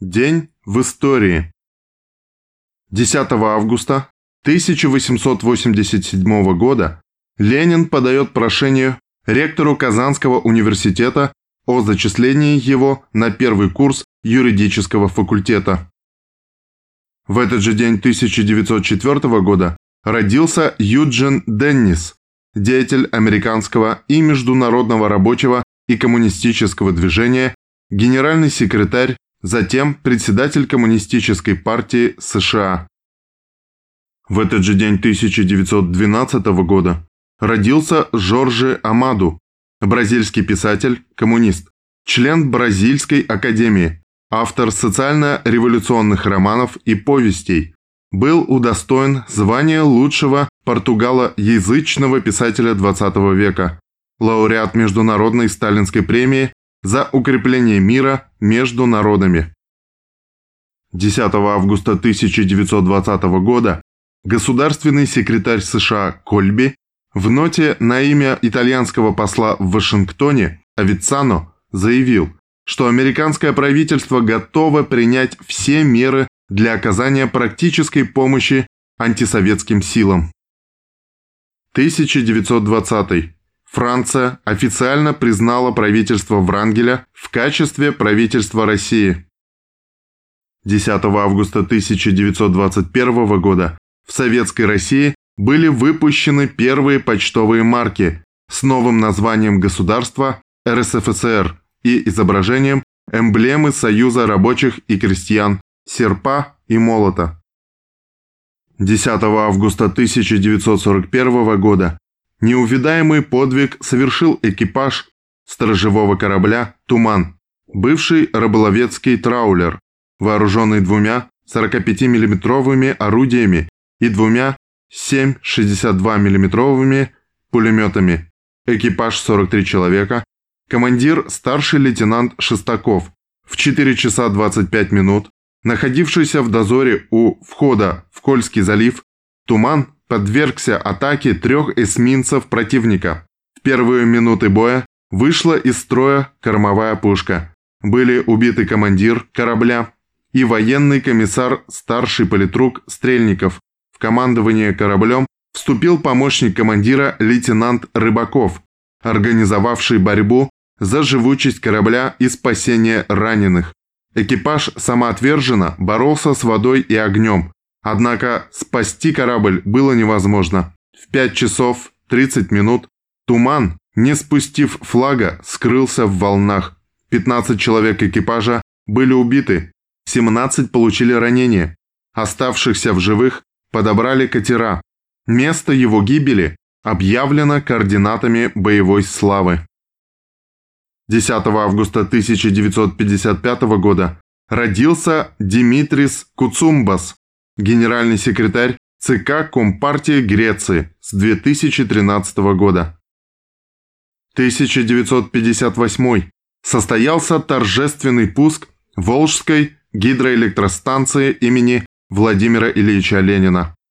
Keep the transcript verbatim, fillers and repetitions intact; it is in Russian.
День в истории. десятого августа тысяча восемьсот восемьдесят седьмого года Ленин подает прошение ректору Казанского университета о зачислении его на первый курс юридического факультета. В этот же день тысяча девятьсот четвёртого года родился Юджин Деннис, деятель американского и международного рабочего и коммунистического движения, генеральный секретарь, затем председатель Коммунистической партии США. В этот же день тысяча девятьсот двенадцатого года родился Жорже Амаду, бразильский писатель, коммунист, член Бразильской академии, автор социально-революционных романов и повестей, был удостоен звания лучшего португалоязычного писателя двадцатого века, лауреат Международной Сталинской премии за укрепление мира между народами. десятого августа тысяча девятьсот двадцатого года государственный секретарь США Кольби в ноте на имя итальянского посла в Вашингтоне Авицано заявил, что американское правительство готово принять все меры для оказания практической помощи антисоветским силам. тысяча девятьсот двадцатый. Франция официально признала правительство Врангеля в качестве правительства России. десятого августа тысяча девятьсот двадцать первого года в Советской России были выпущены первые почтовые марки с новым названием государства эр эс эф эс эр и изображением эмблемы Союза рабочих и крестьян, серпа и молота. десятого августа тысяча девятьсот сорок первого года неувидаемый подвиг совершил экипаж сторожевого корабля «Туман», бывший рыболовецкий траулер, вооруженный двумя сорокапятимиллиметровыми орудиями и двумя семь шестьдесят два миллиметровыми пулеметами. Экипаж сорок три человека, командир старший лейтенант Шестаков, в четыре часа двадцать пять минут, находившийся в дозоре у входа в Кольский залив, «Туман» подвергся атаке трех эсминцев противника. В первые минуты боя вышла из строя кормовая пушка. Были убиты командир корабля и военный комиссар старший политрук Стрельников. В командование кораблем вступил помощник командира лейтенант Рыбаков, организовавший борьбу за живучесть корабля и спасение раненых. Экипаж самоотверженно боролся с водой и огнем. Однако спасти корабль было невозможно. В пять часов тридцать минут «Туман», не спустив флага, скрылся в волнах. пятнадцать человек экипажа были убиты, семнадцать получили ранения. Оставшихся в живых подобрали катера. Место его гибели объявлено координатами боевой славы. десятого августа тысяча девятьсот пятьдесят пятого года родился Димитрис Куцумбас, генеральный секретарь ЦК Компартии Греции с две тысячи тринадцатого года. тысяча девятьсот пятьдесят восьмой. Состоялся торжественный пуск Волжской гидроэлектростанции имени Владимира Ильича Ленина.